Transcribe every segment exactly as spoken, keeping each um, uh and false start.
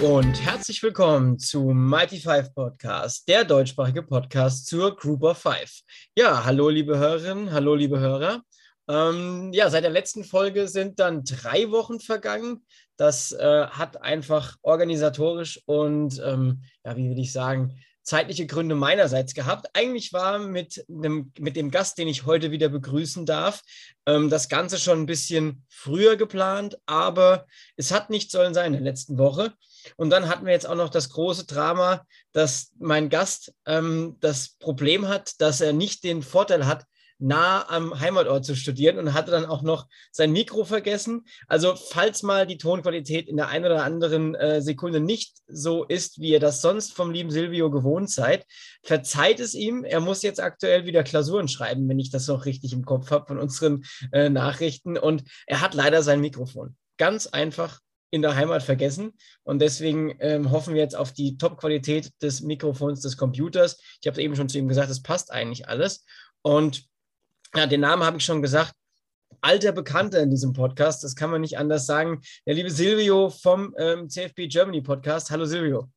Und herzlich willkommen zu Mighty Five Podcast, der deutschsprachige Podcast zur Group of Five. Ja, hallo liebe Hörerinnen, hallo liebe Hörer. Ähm, ja, seit der letzten Folge sind dann drei Wochen vergangen. Das äh, hat einfach organisatorisch und, ähm, ja, wie will ich sagen, zeitliche Gründe meinerseits gehabt. Eigentlich war mit dem, mit dem Gast, den ich heute wieder begrüßen darf, ähm, das Ganze schon ein bisschen früher geplant, aber es hat nicht sollen sein in der letzten Woche. Und dann hatten wir jetzt auch noch das große Drama, dass mein Gast ähm, das Problem hat, dass er nicht den Vorteil hat, nah am Heimatort zu studieren und hatte dann auch noch sein Mikro vergessen. Also falls mal die Tonqualität in der einen oder anderen äh, Sekunde nicht so ist, wie ihr das sonst vom lieben Silvio gewohnt seid, verzeiht es ihm. Er muss jetzt aktuell wieder Klausuren schreiben, wenn ich das noch richtig im Kopf habe von unseren äh, Nachrichten. Und er hat leider sein Mikrofon ganz einfach in der Heimat vergessen. Und deswegen ähm, hoffen wir jetzt auf die Top-Qualität des Mikrofons des Computers. Ich habe eben schon zu ihm gesagt, es passt eigentlich alles. Und ja, den Namen habe ich schon gesagt. Alter Bekannter in diesem Podcast, das kann man nicht anders sagen. Der liebe Silvio vom ähm, C F B Germany Podcast. Hallo Silvio.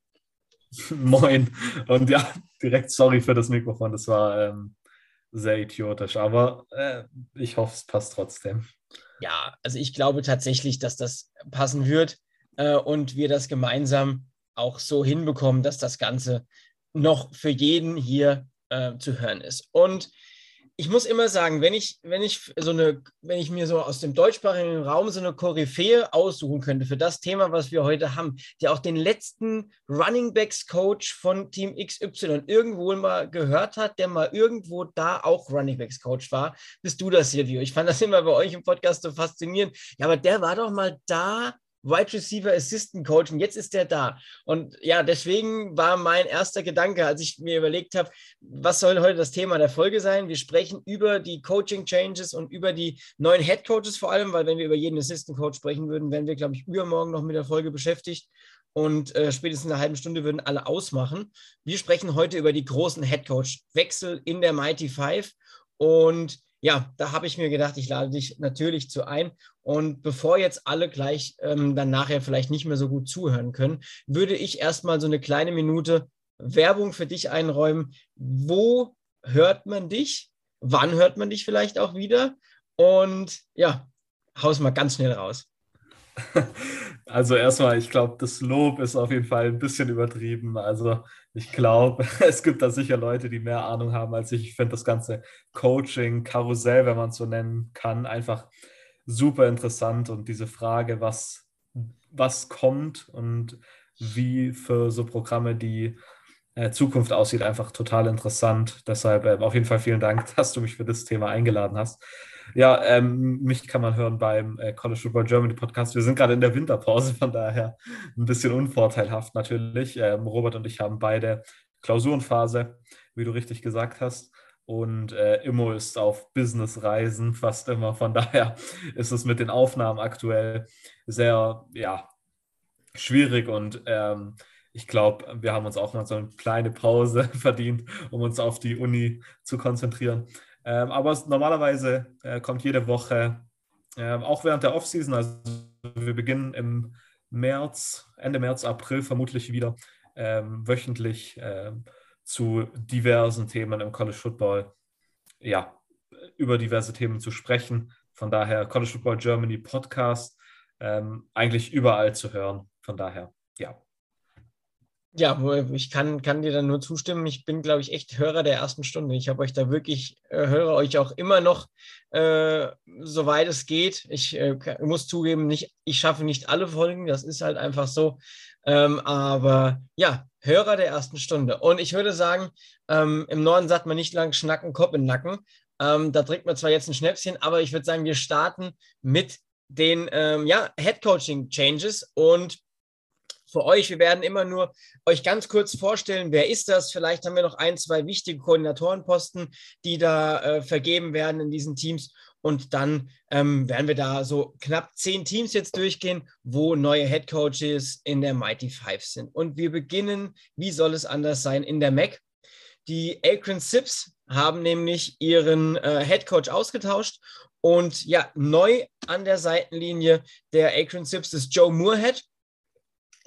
Moin. Und ja, direkt sorry für das Mikrofon. Das war ähm, sehr idiotisch, aber äh, ich hoffe, es passt trotzdem. Ja, also ich glaube tatsächlich, dass das passen wird äh, und wir das gemeinsam auch so hinbekommen, dass das Ganze noch für jeden hier äh, zu hören ist. Und ich muss immer sagen, wenn ich, wenn ich so eine, wenn ich mir so aus dem deutschsprachigen Raum so eine Koryphäe aussuchen könnte für das Thema, was wir heute haben, der auch den letzten Running Backs Coach von Team X Y irgendwo mal gehört hat, der mal irgendwo da auch Running Backs Coach war, bist du das, Silvio. Ich fand das immer bei euch im Podcast so faszinierend. Ja, aber der war doch mal da Wide Receiver Assistant Coach und jetzt ist der da. Und ja, deswegen war mein erster Gedanke, als ich mir überlegt habe, was soll heute das Thema der Folge sein? Wir sprechen über die Coaching Changes und über die neuen Head Coaches vor allem, weil wenn wir über jeden Assistant Coach sprechen würden, wären wir, glaube ich, übermorgen noch mit der Folge beschäftigt und äh, spätestens in einer halben Stunde würden alle ausmachen. Wir sprechen heute über die großen Head Coach Wechsel in der Mighty Five und ja, da habe ich mir gedacht, ich lade dich natürlich zu ein. Und bevor jetzt alle gleich ähm, dann nachher vielleicht nicht mehr so gut zuhören können, würde ich erstmal so eine kleine Minute Werbung für dich einräumen. Wo hört man dich? Wann hört man dich vielleicht auch wieder? Und ja, hau's mal ganz schnell raus. Also erstmal, ich glaube, das Lob ist auf jeden Fall ein bisschen übertrieben. Also ich glaube, es gibt da sicher Leute, die mehr Ahnung haben als ich. Ich finde das ganze Coaching, Karussell, wenn man es so nennen kann, einfach super interessant. Und diese Frage, was, was kommt und wie für so Programme die äh, Zukunft aussieht, einfach total interessant. Deshalb äh, auf jeden Fall vielen Dank, dass du mich für das Thema eingeladen hast. Ja, ähm, mich kann man hören beim äh, College Football Germany Podcast. Wir sind gerade in der Winterpause, von daher ein bisschen unvorteilhaft natürlich. Ähm, Robert und ich haben beide Klausurenphase, wie du richtig gesagt hast. Und äh, Immo ist auf Businessreisen fast immer. Von daher ist es mit den Aufnahmen aktuell sehr, ja, schwierig. Und ähm, ich glaube, wir haben uns auch mal so eine kleine Pause verdient, um uns auf die Uni zu konzentrieren. Ähm, aber es, normalerweise äh, kommt jede Woche, äh, auch während der Offseason, also wir beginnen im März, Ende März, April vermutlich wieder ähm, wöchentlich äh, zu diversen Themen im College Football, ja, über diverse Themen zu sprechen. Von daher College Football Germany Podcast, ähm, eigentlich überall zu hören. Von daher, ja. Ja, ich kann, kann dir dann nur zustimmen. Ich bin, glaube ich, echt Hörer der ersten Stunde. Ich habe euch da wirklich, äh, höre euch auch immer noch, äh, soweit es geht. Ich äh, muss zugeben, nicht, ich schaffe nicht alle Folgen, das ist halt einfach so. Ähm, aber ja, Hörer der ersten Stunde. Und ich würde sagen, ähm, im Norden sagt man nicht lang schnacken, Kopf in den Nacken. Ähm, da trinkt man zwar jetzt ein Schnäpschen, aber ich würde sagen, wir starten mit den ähm, ja, Head Coaching Changes und für euch. Wir werden immer nur euch ganz kurz vorstellen, wer ist das? Vielleicht haben wir noch ein, zwei wichtige Koordinatorenposten, die da äh, vergeben werden in diesen Teams. Und dann ähm, werden wir da so knapp zehn Teams jetzt durchgehen, wo neue Headcoaches in der Mighty Five sind. Und wir beginnen, wie soll es anders sein, in der M A C. Die Akron Zips haben nämlich ihren äh, Headcoach ausgetauscht. Und ja, neu an der Seitenlinie der Akron Zips ist Joe Moorhead.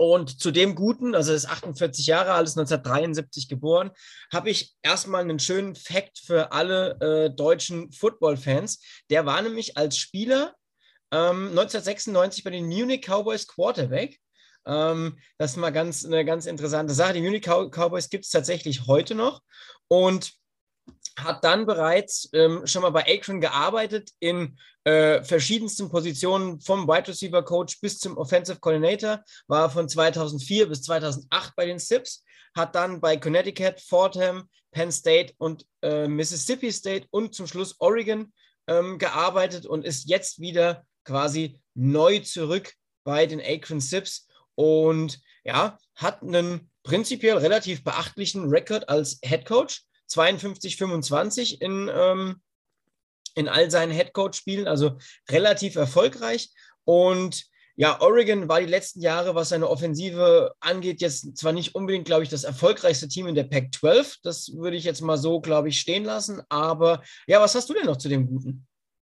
Und zu dem Guten, also er ist achtundvierzig Jahre alt, ist neunzehnhundertdreiundsiebzig geboren, habe ich erstmal einen schönen Fact für alle äh, deutschen Football-Fans. Der war nämlich als Spieler ähm, neunzehnhundertsechsundneunzig bei den Munich Cowboys Quarterback. Ähm, das ist mal ganz, eine ganz interessante Sache. Die Munich Cow- Cowboys gibt es tatsächlich heute noch und hat dann bereits ähm, schon mal bei Akron gearbeitet in äh, verschiedensten Positionen, vom Wide Receiver Coach bis zum Offensive Coordinator, war von zweitausendvier bis zweitausendacht bei den Sips, hat dann bei Connecticut, Fordham, Penn State und äh, Mississippi State und zum Schluss Oregon ähm, gearbeitet und ist jetzt wieder quasi neu zurück bei den Akron Sips und ja, hat einen prinzipiell relativ beachtlichen Rekord als Head Coach. zweiundfünfzig fünfundzwanzig in, ähm, in all seinen Headcoach-Spielen, also relativ erfolgreich. Und ja, Oregon war die letzten Jahre, was seine Offensive angeht, jetzt zwar nicht unbedingt, glaube ich, das erfolgreichste Team in der Pac zwölf, das würde ich jetzt mal so, glaube ich, stehen lassen. Aber ja, was hast du denn noch zu dem Guten?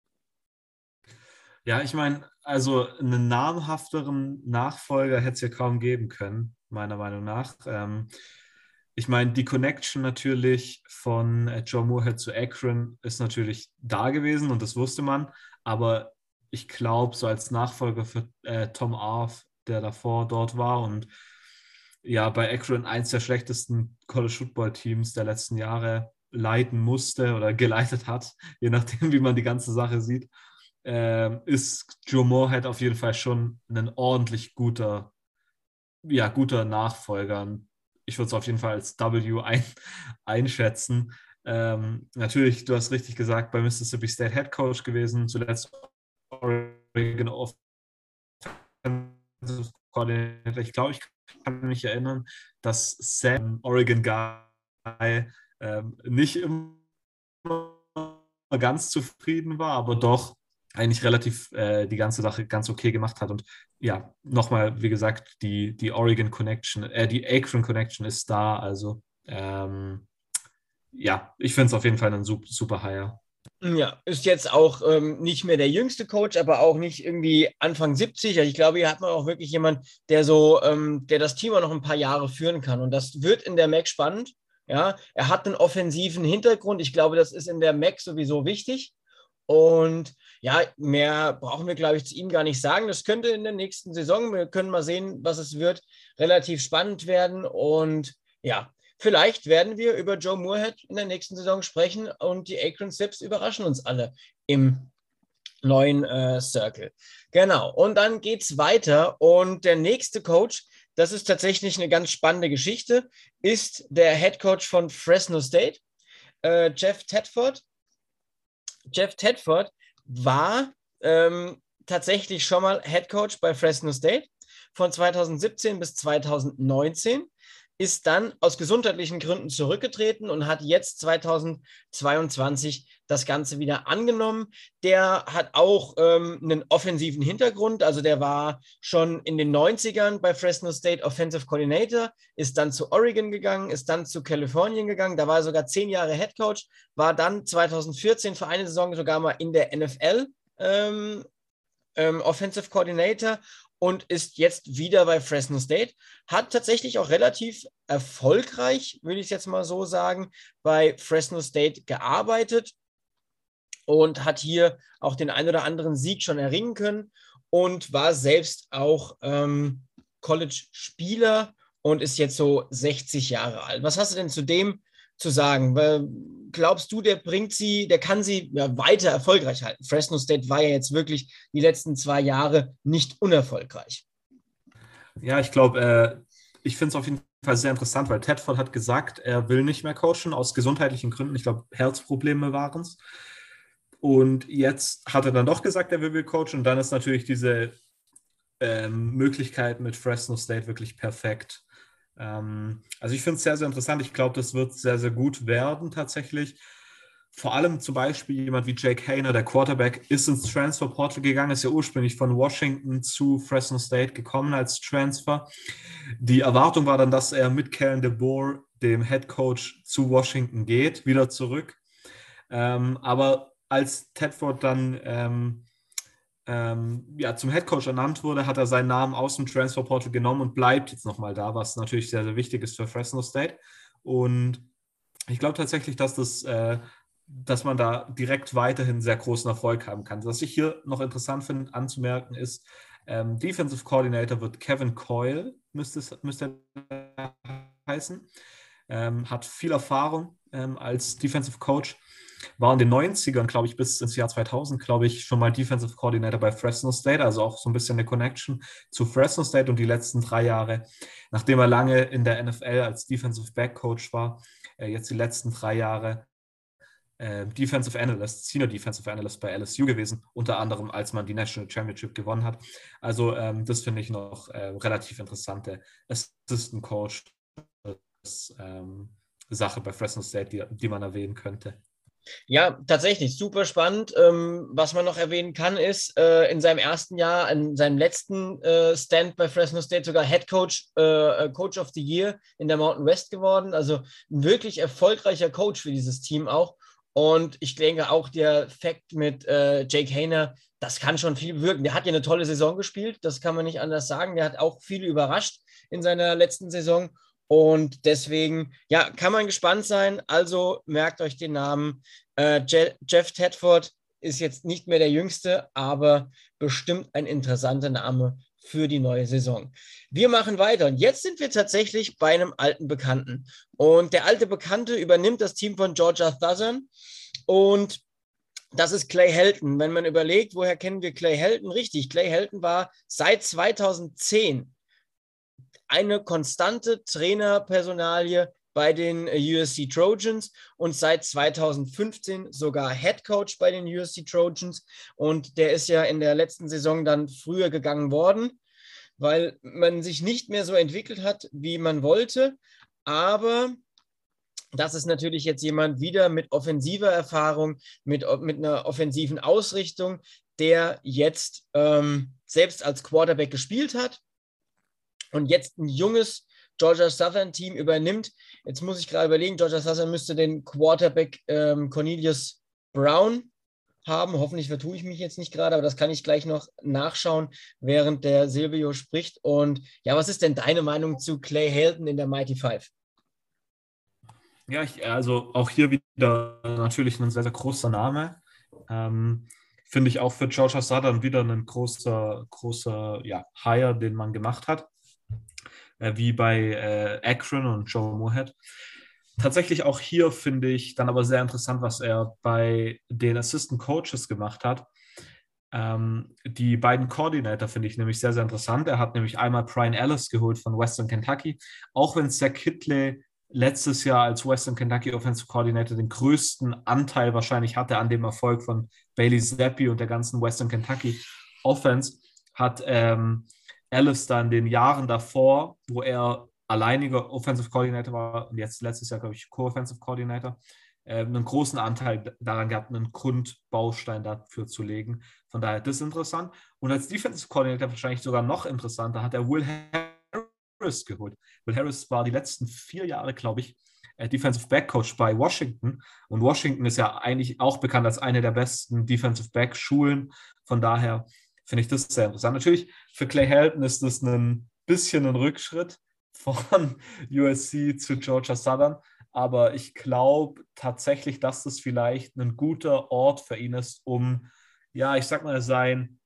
Ja, ich meine, also einen namhafteren Nachfolger hätte es ja kaum geben können, meiner Meinung nach. Ähm, ich meine, die Connection natürlich von äh, Joe Moorhead zu Akron ist natürlich da gewesen und das wusste man. Aber ich glaube, so als Nachfolger für äh, Tom Arth, der davor dort war und ja, bei Akron eins der schlechtesten College-Football-Teams der letzten Jahre leiten musste oder geleitet hat, je nachdem, wie man die ganze Sache sieht, ähm, ist Joe Moorhead auf jeden Fall schon ein ordentlich guter, ja, guter Nachfolger. Ich würde es auf jeden Fall als W ein, einschätzen. Ähm, natürlich, du hast richtig gesagt, bei Mississippi State Head Coach gewesen, zuletzt Oregon Offensive Coordinator. Ich glaube, ich kann mich erinnern, dass Sam Oregon Guy ähm, nicht immer ganz zufrieden war, aber doch eigentlich relativ äh, die ganze Sache ganz okay gemacht hat. Und ja, nochmal, wie gesagt, die, die Oregon Connection, äh, die Akron Connection ist da. Also ähm, ja, ich finde es auf jeden Fall ein super, super Hire. Ja, ist jetzt auch ähm, nicht mehr der jüngste Coach, aber auch nicht irgendwie Anfang siebzig. Also ich glaube, hier hat man auch wirklich jemanden, der so, ähm, der das Team auch noch ein paar Jahre führen kann. Und das wird in der M A C spannend. Ja, er hat einen offensiven Hintergrund. Ich glaube, das ist in der M A C sowieso wichtig. Und ja, mehr brauchen wir, glaube ich, zu ihm gar nicht sagen. Das könnte in der nächsten Saison, wir können mal sehen, was es wird, relativ spannend werden. Und ja, vielleicht werden wir über Joe Moorhead in der nächsten Saison sprechen und die Akron Sips überraschen uns alle im neuen äh, Circle. Genau, und dann geht es weiter und der nächste Coach, das ist tatsächlich eine ganz spannende Geschichte, ist der Head Coach von Fresno State, äh, Jeff Tedford. Jeff Tedford war ähm, tatsächlich schon mal Head Coach bei Fresno State von zweitausendsiebzehn bis zweitausendneunzehn, ist dann aus gesundheitlichen Gründen zurückgetreten und hat jetzt zweitausendzweiundzwanzig das Ganze wieder angenommen. Der hat auch ähm, einen offensiven Hintergrund, also der war schon in den neunzigern bei Fresno State Offensive Coordinator, ist dann zu Oregon gegangen, ist dann zu Kalifornien gegangen, da war er sogar zehn Jahre Head Coach, war dann zweitausendvierzehn für eine Saison sogar mal in der N F L ähm, ähm, Offensive Coordinator und ist jetzt wieder bei Fresno State. Hat tatsächlich auch relativ erfolgreich, würde ich jetzt mal so sagen, bei Fresno State gearbeitet und hat hier auch den ein oder anderen Sieg schon erringen können und war selbst auch ähm, College-Spieler und ist jetzt so sechzig Jahre alt. Was hast du denn zu dem zu sagen? Weil, glaubst du, der bringt sie, der kann sie ja, weiter erfolgreich halten? Fresno State war ja jetzt wirklich die letzten zwei Jahre nicht unerfolgreich. Ja, ich glaube, äh, ich finde es auf jeden Fall sehr interessant, weil Tedford hat gesagt, er will nicht mehr coachen aus gesundheitlichen Gründen. Ich glaube, Herzprobleme waren es. Und jetzt hat er dann doch gesagt, er will coachen. Und dann ist natürlich diese ähm, Möglichkeit mit Fresno State wirklich perfekt. Ähm, also ich finde es sehr, sehr interessant. Ich glaube, das wird sehr, sehr gut werden tatsächlich. Vor allem zum Beispiel jemand wie Jake Haener, der Quarterback, ist ins Transferportal gegangen, ist ja ursprünglich von Washington zu Fresno State gekommen als Transfer. Die Erwartung war dann, dass er mit Kellen DeBoer, dem Head Coach, zu Washington geht, wieder zurück. Ähm, aber als Tedford dann ähm, ähm, ja, zum Headcoach ernannt wurde, hat er seinen Namen aus dem Transferportal genommen und bleibt jetzt nochmal da, was natürlich sehr, sehr wichtig ist für Fresno State. Und ich glaube tatsächlich, dass das, äh, dass man da direkt weiterhin sehr großen Erfolg haben kann. Was ich hier noch interessant finde anzumerken ist, ähm, Defensive Coordinator wird Kevin Coyle, müsste es müsste heißen, ähm, hat viel Erfahrung ähm, als Defensive Coach, war in den neunzigern, glaube ich, bis ins Jahr zweitausend, glaube ich, schon mal Defensive Coordinator bei Fresno State, also auch so ein bisschen eine Connection zu Fresno State und die letzten drei Jahre, nachdem er lange in der N F L als Defensive Back Coach war, äh, jetzt die letzten drei Jahre äh, Defensive Analyst, Senior Defensive Analyst bei L S U gewesen, unter anderem, als man die National Championship gewonnen hat. Also ähm, das finde ich noch äh, relativ interessante Assistant Coach ähm, Sache bei Fresno State, die, die man erwähnen könnte. Ja, tatsächlich, super spannend. Ähm, was man noch erwähnen kann, ist, äh, in seinem ersten Jahr, in seinem letzten äh, Stand bei Fresno State sogar Head Coach, äh, Coach of the Year in der Mountain West geworden. Also ein wirklich erfolgreicher Coach für dieses Team auch. Und ich denke auch der Fakt mit äh, Jake Haener, das kann schon viel wirken. Der hat ja eine tolle Saison gespielt, das kann man nicht anders sagen. Der hat auch viele überrascht in seiner letzten Saison. Und deswegen, ja, kann man gespannt sein. Also merkt euch den Namen. Äh, Je- Jeff Tedford ist jetzt nicht mehr der Jüngste, aber bestimmt ein interessanter Name für die neue Saison. Wir machen weiter und jetzt sind wir tatsächlich bei einem alten Bekannten. Und der alte Bekannte übernimmt das Team von Georgia Southern und das ist Clay Helton. Wenn man überlegt, woher kennen wir Clay Helton? Richtig, Clay Helton war seit zweitausendzehn eine konstante Trainerpersonalie bei den U S C Trojans und seit zweitausendfünfzehn sogar Head Coach bei den U S C Trojans. Und der ist ja in der letzten Saison dann früher gegangen worden, weil man sich nicht mehr so entwickelt hat, wie man wollte. Aber das ist natürlich jetzt jemand wieder mit offensiver Erfahrung, mit, mit einer offensiven Ausrichtung, der jetzt ähm, selbst als Quarterback gespielt hat und jetzt ein junges Georgia Southern Team übernimmt. Jetzt muss ich gerade überlegen, Georgia Southern müsste den Quarterback ähm, Cornelius Brown haben. Hoffentlich vertue ich mich jetzt nicht gerade, aber das kann ich gleich noch nachschauen, während der Silvio spricht. Und ja, was ist denn deine Meinung zu Clay Helton in der Mighty Five? Ja, ich, also auch hier wieder natürlich ein sehr, sehr großer Name. Ähm, Finde ich auch für Georgia Southern wieder ein großer, großer ja, Hire, den man gemacht hat. Äh, wie bei äh, Akron und Joe Moorhead. Tatsächlich auch hier finde ich dann aber sehr interessant, was er bei den Assistant Coaches gemacht hat. Ähm, die beiden Coordinator finde ich nämlich sehr, sehr interessant. Er hat nämlich einmal Brian Ellis geholt von Western Kentucky. Auch wenn Zach Hitley letztes Jahr als Western Kentucky Offensive Coordinator den größten Anteil wahrscheinlich hatte an dem Erfolg von Bailey Zappi und der ganzen Western Kentucky Offense, hat ähm, Ellis dann in den Jahren davor, wo er alleiniger Offensive Coordinator war und jetzt letztes Jahr, glaube ich, Co-Offensive Coordinator, äh, einen großen Anteil daran gehabt, einen Grundbaustein dafür zu legen. Von daher das ist interessant. Und als Defensive Coordinator wahrscheinlich sogar noch interessanter hat er Will Harris geholt. Will Harris war die letzten vier Jahre, glaube ich, Defensive Back Coach bei Washington. Und Washington ist ja eigentlich auch bekannt als eine der besten Defensive Back Schulen. Von daher finde ich das sehr interessant. Natürlich, für Clay Helton ist das ein bisschen ein Rückschritt von U S C zu Georgia Southern. Aber ich glaube tatsächlich, dass das vielleicht ein guter Ort für ihn ist, um, ja, ich sag mal, sein,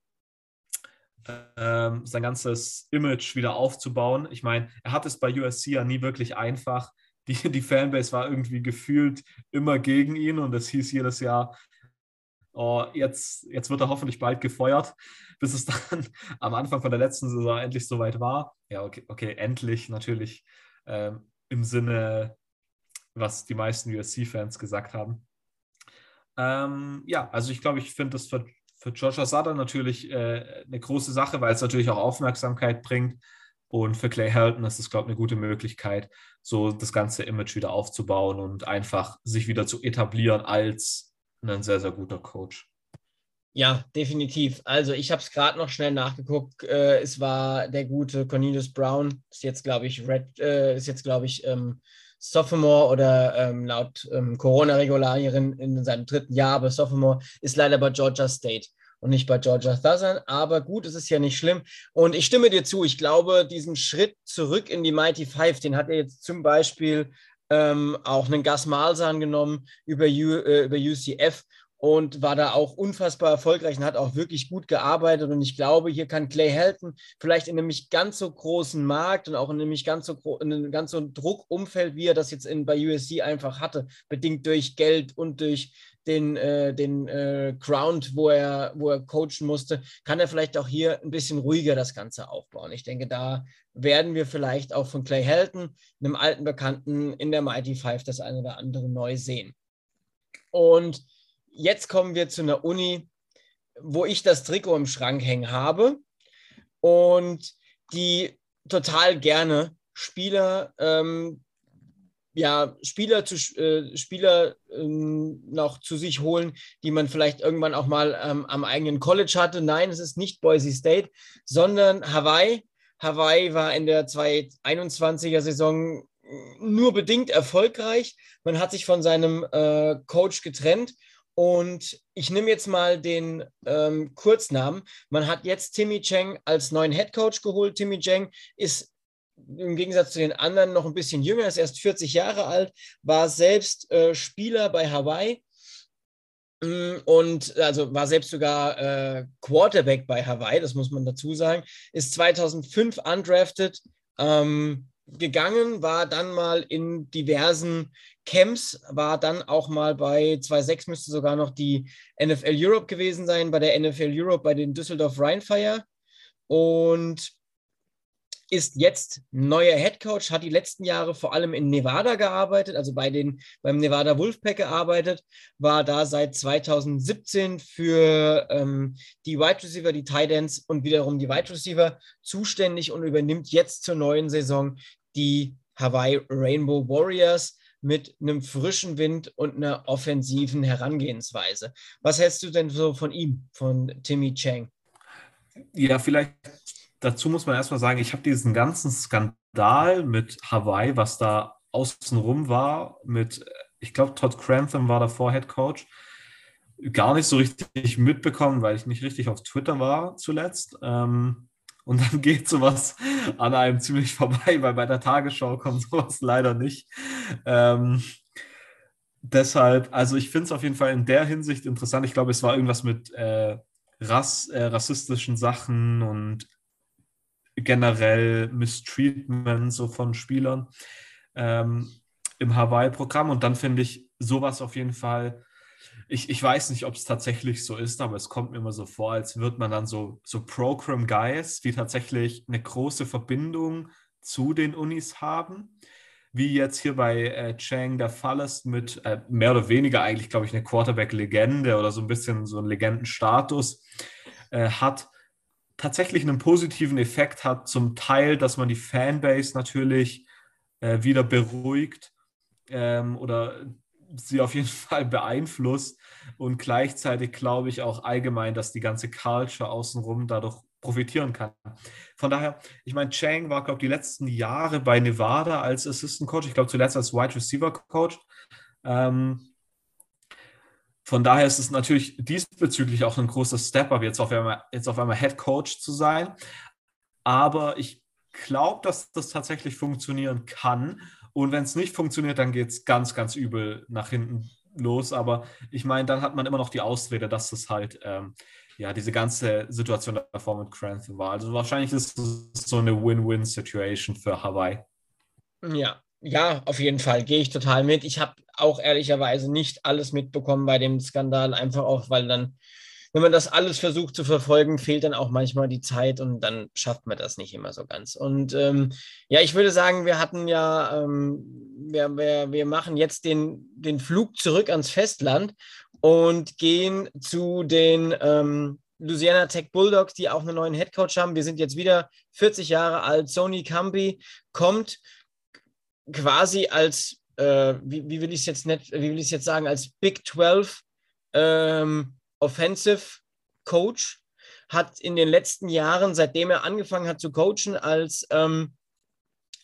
ähm, sein ganzes Image wieder aufzubauen. Ich meine, er hat es bei U S C ja nie wirklich einfach. Die, die Fanbase war irgendwie gefühlt immer gegen ihn und es hieß jedes Jahr, oh, jetzt, jetzt wird er hoffentlich bald gefeuert, bis es dann am Anfang von der letzten Saison endlich soweit war. Ja, okay, okay endlich natürlich ähm, im Sinne, was die meisten U S C-Fans gesagt haben. Ähm, ja, also ich glaube, ich finde das für, für Georgia Southern natürlich äh, eine große Sache, weil es natürlich auch Aufmerksamkeit bringt. Und für Clay Helton ist es, glaube ich, eine gute Möglichkeit, so das ganze Image wieder aufzubauen und einfach sich wieder zu etablieren als ein sehr, sehr guter Coach. Ja, definitiv. Also ich habe es gerade noch schnell nachgeguckt. Äh, es war der gute Cornelius Brown, ist jetzt, glaube ich, Red, äh, ist jetzt, glaube ich, ähm, Sophomore oder ähm, laut ähm, Corona-Regularien in seinem dritten Jahr, aber Sophomore ist leider bei Georgia State. und nicht bei Georgia Southern. Aber gut, es ist ja nicht schlimm. Und ich stimme dir zu. Ich glaube, diesen Schritt zurück in die Mighty Five, den hat er jetzt zum Beispiel ähm, auch einen Gus Malzahn genommen über, U, äh, über U C F und war da auch unfassbar erfolgreich und hat auch wirklich gut gearbeitet. Und ich glaube, hier kann Clay Helton vielleicht in einem nicht ganz so großen Markt und auch in einem nicht ganz so, in einem ganz so Druckumfeld, wie er das jetzt in, bei U S C einfach hatte, bedingt durch Geld und durch den, äh, den äh, Ground, wo er, wo er coachen musste, kann er vielleicht auch hier ein bisschen ruhiger das Ganze aufbauen. Ich denke, da werden wir vielleicht auch von Clay Helton, einem alten Bekannten in der Mighty Five, das eine oder andere neu sehen. Und jetzt kommen wir zu einer Uni, wo ich das Trikot im Schrank hängen habe und die total gerne Spieler, ähm, ja, Spieler, zu, äh, Spieler ähm, noch zu sich holen, die man vielleicht irgendwann auch mal ähm, am eigenen College hatte. Nein, es ist nicht Boise State, sondern Hawaii. Hawaii war in der zweitausendeinundzwanziger Saison nur bedingt erfolgreich. Man hat sich von seinem äh, Coach getrennt. Und ich nehme jetzt mal den ähm, Kurznamen. Man hat jetzt Timmy Chang als neuen Headcoach geholt. Timmy Chang ist im Gegensatz zu den anderen noch ein bisschen jünger, ist erst vierzig Jahre alt, war selbst äh, Spieler bei Hawaii und also war selbst sogar äh, Quarterback bei Hawaii, das muss man dazu sagen, ist zweitausendfünf undrafted ähm, gegangen, war dann mal in diversen Camps, war dann auch mal bei zweitausendsechs müsste sogar noch die N F L Europe gewesen sein, bei der N F L Europe bei den Düsseldorf Rheinfire und ist jetzt neuer Headcoach, hat die letzten Jahre vor allem in Nevada gearbeitet, also bei den, beim Nevada Wolfpack gearbeitet, war da seit zweitausendsiebzehn für ähm, die Wide Receiver, die Tight Ends und wiederum die Wide Receiver zuständig und übernimmt jetzt zur neuen Saison die Hawaii Rainbow Warriors mit einem frischen Wind und einer offensiven Herangehensweise. Was hältst du denn so von ihm, von Timmy Chang? Ja, vielleicht dazu muss man erstmal sagen, ich habe diesen ganzen Skandal mit Hawaii, was da außenrum war, mit, ich glaube, Todd Grantham war davor Head Coach, gar nicht so richtig mitbekommen, weil ich nicht richtig auf Twitter war zuletzt. Ähm, und dann geht sowas an einem ziemlich vorbei, weil bei der Tagesschau kommt sowas leider nicht. Ähm, deshalb, also ich finde es auf jeden Fall in der Hinsicht interessant. Ich glaube, es war irgendwas mit äh, Rass, äh, rassistischen Sachen und generell Mistreatment so von Spielern ähm, im Hawaii-Programm. Und dann finde ich sowas auf jeden Fall, ich, ich weiß nicht, ob es tatsächlich so ist, aber es kommt mir immer so vor, als würde man dann so, so Program-Guys, die tatsächlich eine große Verbindung zu den Unis haben, wie jetzt hier bei äh, Chang der Fall ist, mit äh, mehr oder weniger eigentlich, glaube ich, eine Quarterback-Legende oder so ein bisschen so einen Legendenstatus äh, hat, tatsächlich einen positiven Effekt hat, zum Teil, dass man die Fanbase natürlich äh, wieder beruhigt ähm, oder sie auf jeden Fall beeinflusst und gleichzeitig glaube ich auch allgemein, dass die ganze Culture außenrum dadurch profitieren kann. Von daher, ich meine, Chang war, glaube ich, die letzten Jahre bei Nevada als Assistant Coach, ich glaube zuletzt als Wide Receiver Coach. Ähm, Von daher ist es natürlich diesbezüglich auch ein großer Step-up, jetzt auf einmal, jetzt auf einmal Head Coach zu sein. Aber ich glaube, dass das tatsächlich funktionieren kann. Und wenn es nicht funktioniert, dann geht es ganz, ganz übel nach hinten los. Aber ich meine, dann hat man immer noch die Ausrede, dass das halt ähm, ja diese ganze Situation davor mit Grantham war. Also wahrscheinlich ist es so eine Win-Win-Situation für Hawaii. Ja, ja, auf jeden Fall gehe ich total mit. Ich habe auch ehrlicherweise nicht alles mitbekommen bei dem Skandal, einfach auch, weil dann, wenn man das alles versucht zu verfolgen, fehlt dann auch manchmal die Zeit und dann schafft man das nicht immer so ganz. Und ähm, ja, ich würde sagen, wir hatten ja, ähm, wir, wir, wir machen jetzt den, den Flug zurück ans Festland und gehen zu den ähm, Louisiana Tech Bulldogs, die auch einen neuen Headcoach haben. Wir sind jetzt wieder vierzig Jahre alt. Sony Campi kommt quasi als, äh, wie, wie will ich es jetzt nicht, wie will ich es jetzt sagen, als Big zwölf ähm, Offensive Coach, hat in den letzten Jahren, seitdem er angefangen hat zu coachen, als, ähm,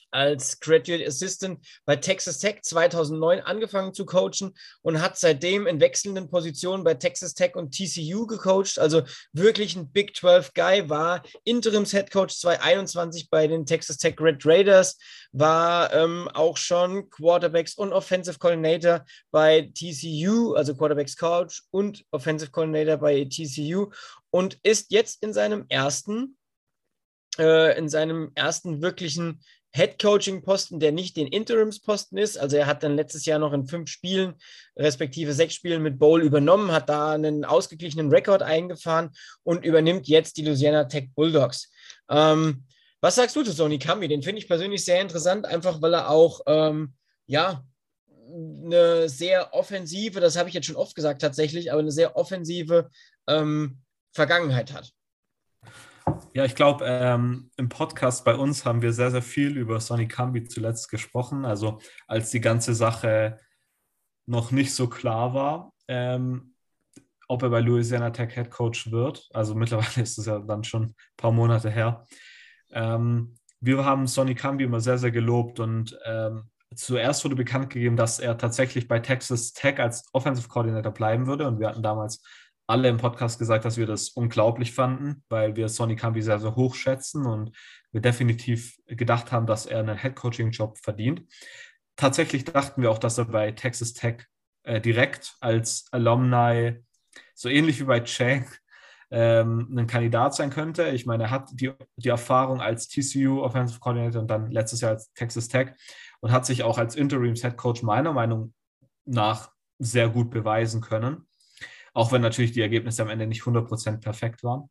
als Graduate Assistant bei Texas Tech zweitausendneun angefangen zu coachen und hat seitdem in wechselnden Positionen bei Texas Tech und T C U gecoacht. Also wirklich ein Big zwölf Guy, war Interims-Headcoach zweitausendeinundzwanzig bei den Texas Tech Red Raiders, war ähm, auch schon Quarterbacks und Offensive Coordinator bei T C U, also Quarterbacks Coach und Offensive Coordinator bei T C U und ist jetzt in seinem ersten, äh, in seinem ersten wirklichen Head-Coaching-Posten, der nicht den Interims-Posten ist. Also er hat dann letztes Jahr noch in fünf Spielen, respektive sechs Spielen mit Bowl übernommen, hat da einen ausgeglichenen Rekord eingefahren und übernimmt jetzt die Louisiana Tech Bulldogs. Ähm, was sagst du zu Sonny Kambi? Den finde ich persönlich sehr interessant, einfach weil er auch, ähm, ja, eine sehr offensive, das habe ich jetzt schon oft gesagt tatsächlich, aber eine sehr offensive ähm, Vergangenheit hat. Ja, ich glaube, ähm, im Podcast bei uns haben wir sehr, sehr viel über Sonny Kambi zuletzt gesprochen. Also als die ganze Sache noch nicht so klar war, ähm, ob er bei Louisiana Tech Head Coach wird. Also mittlerweile ist es ja dann schon ein paar Monate her. Ähm, wir haben Sonny Kambi immer sehr, sehr gelobt und ähm, zuerst wurde bekannt gegeben, dass er tatsächlich bei Texas Tech als Offensive Coordinator bleiben würde und wir hatten damals alle im Podcast gesagt, dass wir das unglaublich fanden, weil wir Sonny Kambi sehr, sehr hoch schätzen und wir definitiv gedacht haben, dass er einen Head-Coaching-Job verdient. Tatsächlich dachten wir auch, dass er bei Texas Tech äh, direkt als Alumni, so ähnlich wie bei Chang, ähm, ein Kandidat sein könnte. Ich meine, er hat die, die Erfahrung als T C U Offensive Coordinator und dann letztes Jahr als Texas Tech und hat sich auch als Interims-Head-Coach meiner Meinung nach sehr gut beweisen können. Auch wenn natürlich die Ergebnisse am Ende nicht hundert Prozent perfekt waren.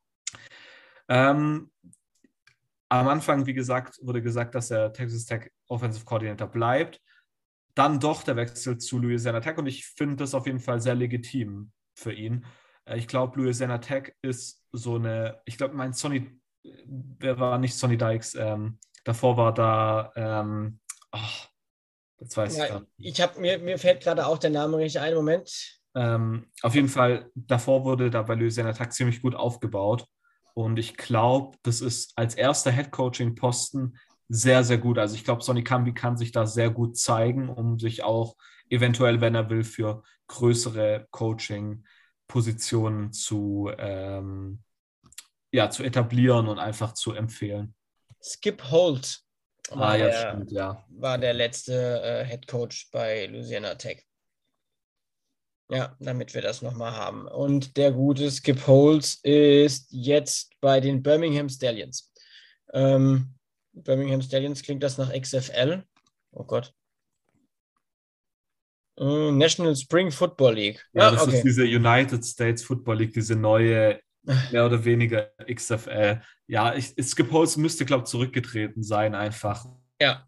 Ähm, am Anfang, wie gesagt, wurde gesagt, dass er Texas Tech Offensive Coordinator bleibt. Dann doch der Wechsel zu Louisiana Tech und ich finde das auf jeden Fall sehr legitim für ihn. Ich glaube, Louisiana Tech ist so eine, ich glaube, mein Sonny, wer war nicht Sonny Dykes, ähm, davor war da, ähm, ach, jetzt weiß Ja, ich gerade. ich habe mir, mir fällt gerade auch der Name richtig ein, Moment. Ähm, auf jeden Fall, davor wurde da bei Louisiana Tech ziemlich gut aufgebaut. Und ich glaube, das ist als erster Head-Coaching-Posten sehr, sehr gut. Also ich glaube, Sonny Kambi kann sich da sehr gut zeigen, um sich auch eventuell, wenn er will, für größere Coaching-Positionen zu, ähm, ja, zu etablieren und einfach zu empfehlen. Skip Holt war, Ah, ja, der, stimmt, ja. war der letzte äh, Head Coach bei Louisiana Tech. Ja, damit wir das nochmal haben. Und der gute Skip Holtz ist jetzt bei den Birmingham Stallions. Ähm, Birmingham Stallions, klingt das nach X F L? Oh Gott. Äh, National Spring Football League. Ja, Ah, das okay. ist diese United States Football League, diese neue, mehr oder weniger X F L. Ja, ich, Skip Holtz müsste, glaube ich, zurückgetreten sein, einfach. Ja.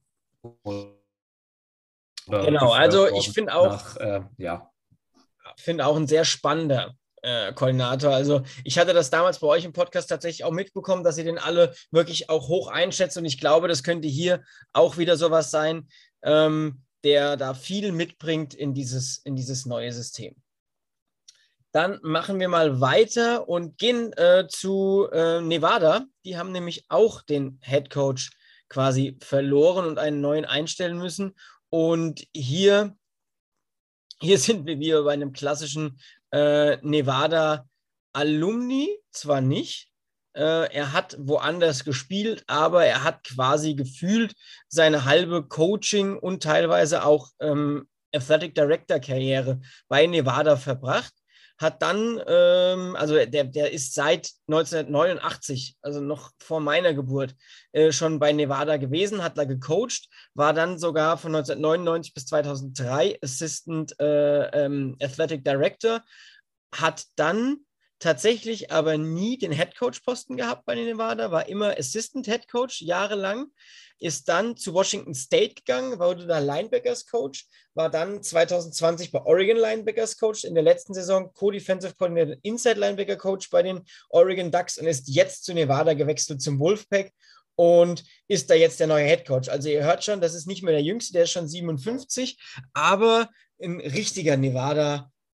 Oder Genau, also gefeuert ich worden finde auch, nach, äh, ja. finde auch ein sehr spannender äh, Koordinator. Also ich hatte das damals bei euch im Podcast tatsächlich auch mitbekommen, dass ihr den alle wirklich auch hoch einschätzt und ich glaube, das könnte hier auch wieder sowas sein, ähm, der da viel mitbringt in dieses, in dieses neue System. Dann machen wir mal weiter und gehen äh, zu äh, Nevada. Die haben nämlich auch den Head Coach quasi verloren und einen neuen einstellen müssen. Und hier, hier sind wir wieder bei einem klassischen äh, Nevada-Alumni, zwar nicht. Äh, er hat woanders gespielt, aber er hat quasi gefühlt seine halbe Coaching- und teilweise auch ähm, Athletic Director-Karriere bei Nevada verbracht. Hat dann, ähm, also der, der ist seit neunzehnhundertneunundachtzig, also noch vor meiner Geburt, äh, schon bei Nevada gewesen, hat da gecoacht, war dann sogar von neunzehnhundertneunundneunzig bis zweitausenddrei Assistant äh, ähm, Athletic Director, hat dann tatsächlich aber nie den Headcoach-Posten gehabt bei Nevada, war immer Assistant Headcoach jahrelang, ist dann zu Washington State gegangen, wurde da Linebackers-Coach, war dann zweitausendzwanzig bei Oregon Linebackers-Coach, in der letzten Saison Co-Defensive Coordinator, Inside-Linebacker-Coach bei den Oregon Ducks und ist jetzt zu Nevada gewechselt zum Wolfpack und ist da jetzt der neue Headcoach. Also ihr hört schon, das ist nicht mehr der Jüngste, der ist schon siebenundfünfzig, aber ein richtiger Nevada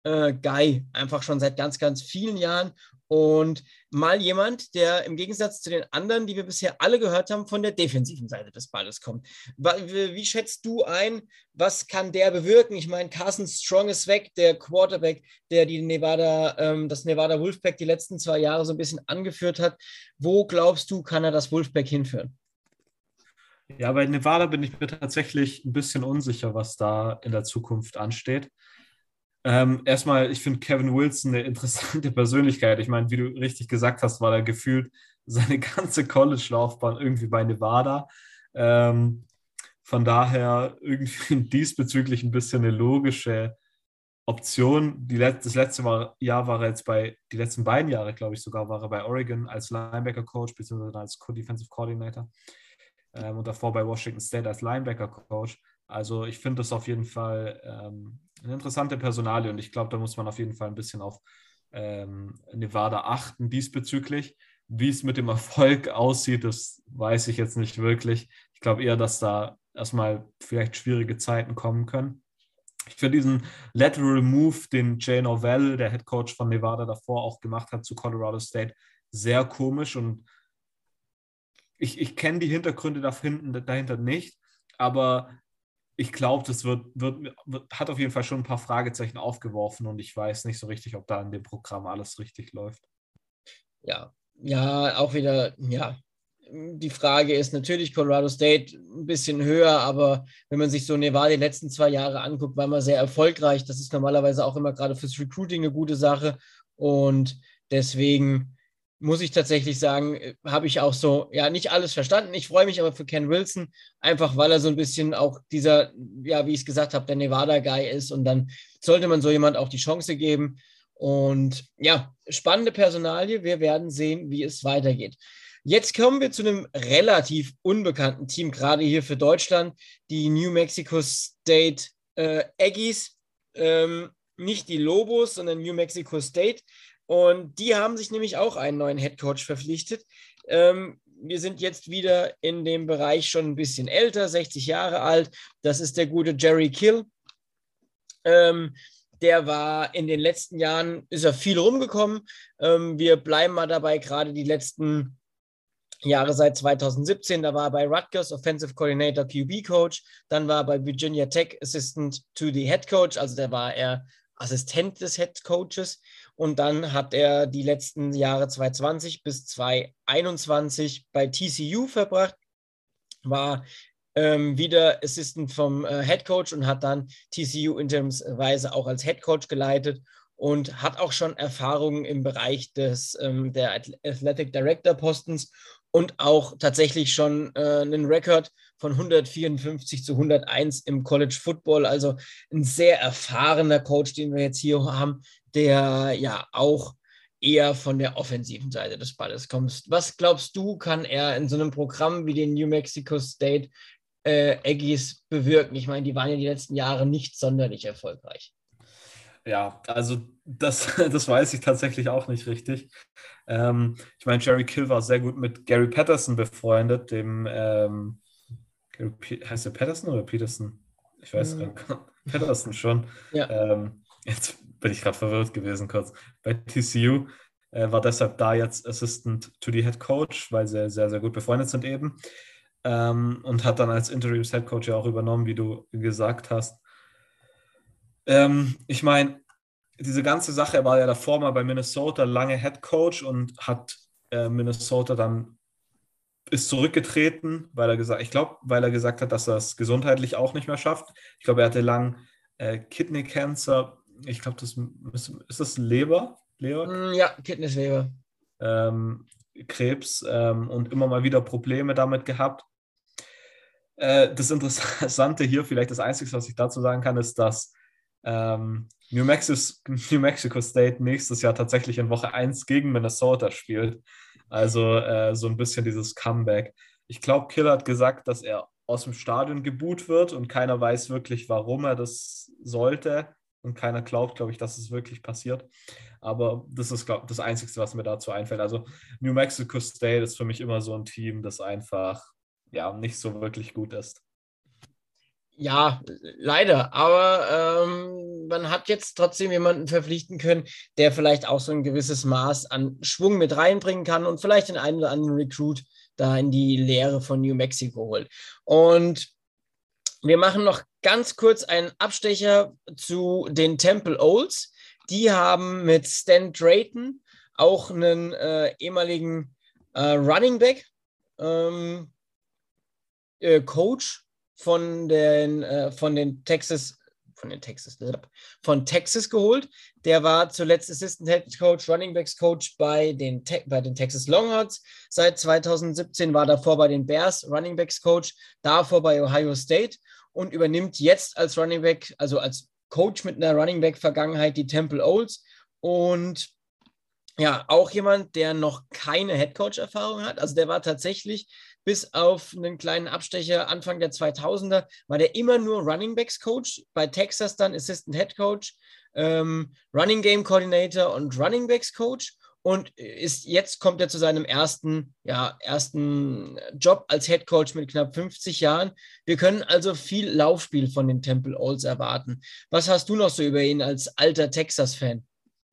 äh, Guy, einfach schon seit ganz, ganz vielen Jahren. Und mal jemand, der im Gegensatz zu den anderen, die wir bisher alle gehört haben, von der defensiven Seite des Balles kommt. Wie, wie schätzt du ein, was kann der bewirken? Ich meine, Carson Strong ist weg, der Quarterback, der die Nevada, ähm, das Nevada Wolfpack die letzten zwei Jahre so ein bisschen angeführt hat. Wo glaubst du, kann er das Wolfpack hinführen? Ja, bei Nevada bin ich mir tatsächlich ein bisschen unsicher, was da in der Zukunft ansteht. Ähm, erstmal, ich finde Kevin Wilson eine interessante Persönlichkeit. Ich meine, wie du richtig gesagt hast, war er gefühlt seine ganze College-Laufbahn irgendwie bei Nevada. Ähm, von daher irgendwie diesbezüglich ein bisschen eine logische Option. Die Let das letzte Mal, Jahr war er jetzt bei, die letzten beiden Jahre, glaube ich sogar, war er bei Oregon als Linebacker-Coach bzw. als Co-Defensive Coordinator ähm, und davor bei Washington State als Linebacker-Coach. Also ich finde das auf jeden Fall ähm, eine interessante Personalie und ich glaube, da muss man auf jeden Fall ein bisschen auf ähm, Nevada achten diesbezüglich. Wie es mit dem Erfolg aussieht, das weiß ich jetzt nicht wirklich. Ich glaube eher, dass da erstmal vielleicht schwierige Zeiten kommen können. Ich finde diesen Lateral Move, den Jay Norvell, der Head Coach von Nevada, davor auch gemacht hat zu Colorado State, sehr komisch und ich, ich kenne die Hintergründe dahinter nicht, aber ich glaube, das wird, wird, wird, hat auf jeden Fall schon ein paar Fragezeichen aufgeworfen und ich weiß nicht so richtig, ob da in dem Programm alles richtig läuft. Ja, ja, auch wieder, ja. Die Frage ist natürlich Colorado State ein bisschen höher, aber wenn man sich so Nevada die letzten zwei Jahre anguckt, war man sehr erfolgreich. Das ist normalerweise auch immer gerade fürs Recruiting eine gute Sache. Und deswegen muss ich tatsächlich sagen, habe ich auch so, ja, nicht alles verstanden. Ich freue mich aber für Ken Wilson, einfach weil er so ein bisschen auch dieser, ja, wie ich es gesagt habe, der Nevada-Guy ist. Und dann sollte man so jemand auch die Chance geben. Und ja, spannende Personalie. Wir werden sehen, wie es weitergeht. Jetzt kommen wir zu einem relativ unbekannten Team, gerade hier für Deutschland, die New Mexico State äh, Aggies. Ähm, nicht die Lobos, sondern New Mexico State. Und die haben sich nämlich auch einen neuen Headcoach verpflichtet. Ähm, wir sind jetzt wieder in dem Bereich schon ein bisschen älter, sechzig Jahre alt. Das ist der gute Jerry Kill. Ähm, der war in den letzten Jahren, ist er viel rumgekommen. Ähm, wir bleiben mal dabei, gerade die letzten Jahre seit zwanzig siebzehn, da war er bei Rutgers Offensive Coordinator, Q B Coach, dann war er bei Virginia Tech Assistant to the Head Coach, also da war er Assistent des Head Coaches und dann hat er die letzten Jahre zwanzig zwanzig bis zwanzig einundzwanzig bei T C U verbracht, war ähm, wieder Assistant vom äh, Head Coach und hat dann T C U interimsweise auch als Head Coach geleitet und hat auch schon Erfahrungen im Bereich des, ähm, der Athletic Director Postens und auch tatsächlich schon äh, einen Rekord von hundertvierundfünfzig zu hunderteins im College Football. Also ein sehr erfahrener Coach, den wir jetzt hier haben, der ja auch eher von der offensiven Seite des Balles kommt. Was glaubst du, kann er in so einem Programm wie den New Mexico State äh, Aggies bewirken? Ich meine, die waren ja die letzten Jahre nicht sonderlich erfolgreich. Ja, also das, das weiß ich tatsächlich auch nicht richtig. Ähm, ich meine, Jerry Kill war sehr gut mit Gary Patterson befreundet, dem ähm, heißt der Patterson oder Peterson? Ich weiß gar nicht. Patterson schon. Ja. Ähm, jetzt bin ich gerade verwirrt gewesen kurz. Bei T C U äh, war deshalb da jetzt Assistant to the Head Coach, weil sie sehr, sehr gut befreundet sind eben. Ähm, und hat dann als Interims Head Coach ja auch übernommen, wie du gesagt hast. Ähm, ich meine, diese ganze Sache, er war ja davor mal bei Minnesota lange Head Coach und hat äh, Minnesota dann ist zurückgetreten, weil er gesagt, ich glaube, weil er gesagt hat, dass er es gesundheitlich auch nicht mehr schafft. Ich glaube, er hatte lang äh, Kidney Cancer. Ich glaube, das ist, ist das Leber, Leber? Ja, Kidneysleber. Ähm, Krebs ähm, und immer mal wieder Probleme damit gehabt. Äh, das Interessante hier, vielleicht das Einzige, was ich dazu sagen kann, ist, dass ähm, New, Mexico, New Mexico State nächstes Jahr tatsächlich in Woche eins gegen Minnesota spielt. Also äh, so ein bisschen dieses Comeback. Ich glaube, Kill hat gesagt, dass er aus dem Stadion geboot wird und keiner weiß wirklich, warum er das sollte. Und keiner glaubt, glaube ich, dass es wirklich passiert. Aber das ist, glaube ich, das Einzige, was mir dazu einfällt. Also New Mexico State ist für mich immer so ein Team, das einfach ja nicht so wirklich gut ist. Ja, leider. Aber ähm, man hat jetzt trotzdem jemanden verpflichten können, der vielleicht auch so ein gewisses Maß an Schwung mit reinbringen kann und vielleicht den einen oder anderen Recruit da in die Lehre von New Mexico holt. Und wir machen noch ganz kurz einen Abstecher zu den Temple Owls. Die haben mit Stan Drayton auch einen äh, ehemaligen äh, Running Back ähm, äh, Coach von den, äh, von den Texas, von den Texas, von Texas geholt. Der war zuletzt Assistant Head Coach, Running Backs Coach bei den, Te bei den Texas Longhorns. Seit zweitausendsiebzehn war davor bei den Bears Running Backs Coach, davor bei Ohio State und übernimmt jetzt als Running Back, also als Coach mit einer Running Back Vergangenheit die Temple Owls. Und ja, auch jemand, der noch keine Headcoach-Erfahrung hat. Also der war tatsächlich bis auf einen kleinen Abstecher Anfang der zweitausender, war der immer nur Running Backs Coach, bei Texas dann Assistant Head Coach, ähm, Running Game Coordinator und Running Backs Coach und ist jetzt kommt er zu seinem ersten, ja, ersten Job als Head Coach mit knapp fünfzig Jahren. Wir können also viel Laufspiel von den Temple Owls erwarten. Was hast du noch so über ihn als alter Texas-Fan?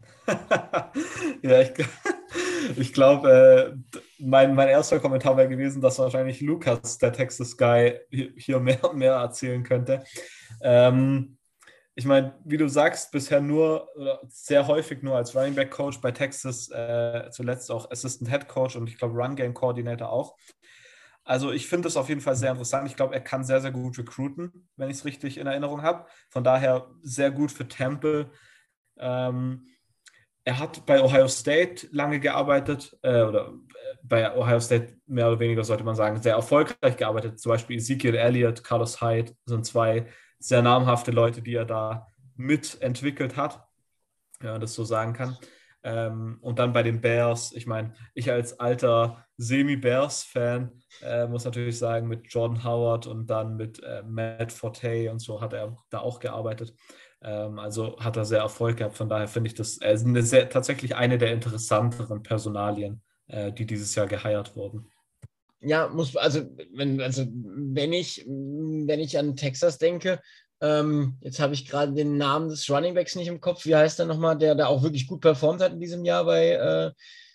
Ja, ich, ich glaube, äh, mein, mein erster Kommentar wäre gewesen, dass wahrscheinlich Lukas, der Texas Guy, hier mehr und mehr erzählen könnte. Ähm, ich meine, wie du sagst, bisher nur, sehr häufig nur als Running Back Coach bei Texas, äh, zuletzt auch Assistant Head Coach und ich glaube Run Game Coordinator auch. Also ich finde es auf jeden Fall sehr interessant. Ich glaube, er kann sehr, sehr gut recruiten, wenn ich es richtig in Erinnerung habe. Von daher sehr gut für Temple. Ähm, Er hat bei Ohio State lange gearbeitet, äh, oder äh, bei Ohio State mehr oder weniger, sollte man sagen, sehr erfolgreich gearbeitet. Zum Beispiel Ezekiel Elliott, Carlos Hyde sind zwei sehr namhafte Leute, die er da mitentwickelt hat, wenn man das so sagen kann. Ähm, und dann bei den Bears, ich meine, ich als alter Semi-Bears-Fan äh, muss natürlich sagen, mit Jordan Howard und dann mit äh, Matt Forte und so hat er da auch gearbeitet. Ähm, also hat er sehr Erfolg gehabt. Von daher finde ich das äh, eine sehr, tatsächlich eine der interessanteren Personalien, äh, die dieses Jahr geheiert wurden. Ja, muss, also, wenn, also, wenn ich, wenn ich an Texas denke, ähm, jetzt habe ich gerade den Namen des Running Backs nicht im Kopf. Wie heißt der nochmal, der da auch wirklich gut performt hat in diesem Jahr bei, äh,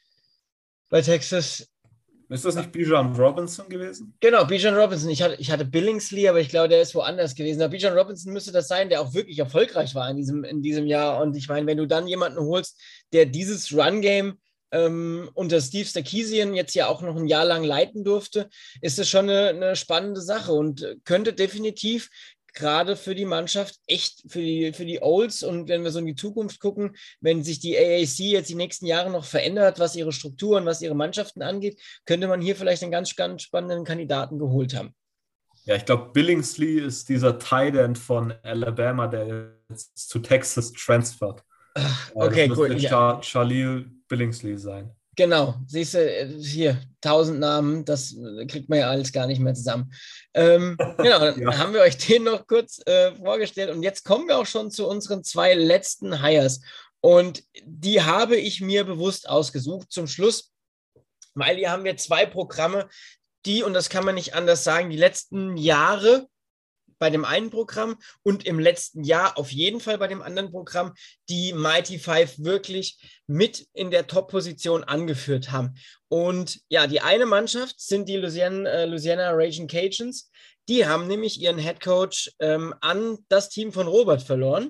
bei Texas? Ist das nicht Bijan Robinson gewesen? Genau, Bijan Robinson. Ich hatte, ich hatte Billingsley, aber ich glaube, der ist woanders gewesen. Aber Bijan Robinson müsste das sein, der auch wirklich erfolgreich war in diesem, in diesem Jahr. Und ich meine, wenn du dann jemanden holst, der dieses Run-Game ähm, unter Steve Sarkisian jetzt ja auch noch ein Jahr lang leiten durfte, ist das schon eine, eine spannende Sache und könnte definitiv gerade für die Mannschaft echt für die, für die Olds und wenn wir so in die Zukunft gucken, wenn sich die A A C jetzt die nächsten Jahre noch verändert, was ihre Strukturen, was ihre Mannschaften angeht, könnte man hier vielleicht einen ganz, ganz spannenden Kandidaten geholt haben. Ja, ich glaube, Billingsley ist dieser Tight End von Alabama, der jetzt zu Texas transfert. Äh, das Okay, cool. müsste Ja, Char Charlil Billingsley sein. genau. Siehst du, hier, tausend Namen, das kriegt man ja alles gar nicht mehr zusammen. Ähm, genau, dann Ja. haben wir euch den noch kurz äh, vorgestellt und jetzt kommen wir auch schon zu unseren zwei letzten Hires. Und die habe ich mir bewusst ausgesucht zum Schluss, weil hier haben wir zwei Programme, die, und das kann man nicht anders sagen, die letzten Jahre bei dem einen Programm und im letzten Jahr auf jeden Fall bei dem anderen Programm die Mighty Five wirklich mit in der Top-Position angeführt haben. Und ja, die eine Mannschaft sind die Louisiana, äh, Louisiana Raging Cajuns. Die haben nämlich ihren Head Coach ähm, an das Team von Robert verloren.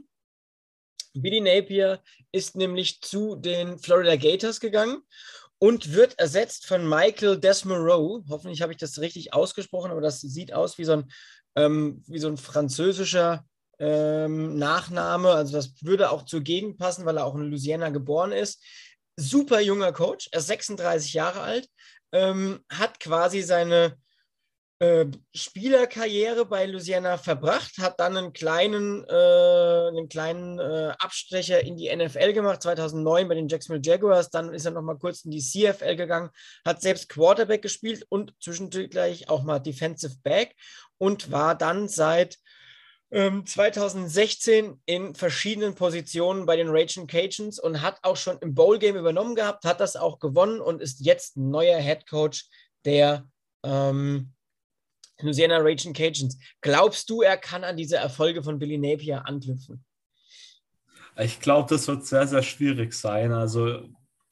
Billy Napier ist nämlich zu den Florida Gators gegangen und wird ersetzt von Michael Desmarais. Hoffentlich habe ich das richtig ausgesprochen, aber das sieht aus wie so ein, ähm, wie so ein französischer ähm, Nachname. Also das würde auch zur Gegend passen, weil er auch in Louisiana geboren ist. Super junger Coach, er ist sechsunddreißig Jahre alt, ähm, hat quasi seine äh, Spielerkarriere bei Louisiana verbracht, hat dann einen kleinen, äh, einen kleinen äh, Abstecher in die N F L gemacht, zweitausendneun bei den Jacksonville Jaguars, dann ist er nochmal kurz in die C F L gegangen, hat selbst Quarterback gespielt und zwischendurch auch mal Defensive Back und war dann seit ähm, zweitausendsechzehn in verschiedenen Positionen bei den Raging Cajuns und hat auch schon im Bowl-Game übernommen gehabt, hat das auch gewonnen und ist jetzt neuer Head Coach der ähm, Louisiana Raging Cajuns. Glaubst du, er kann an diese Erfolge von Billy Napier anknüpfen? Ich glaube, das wird sehr, sehr schwierig sein. Also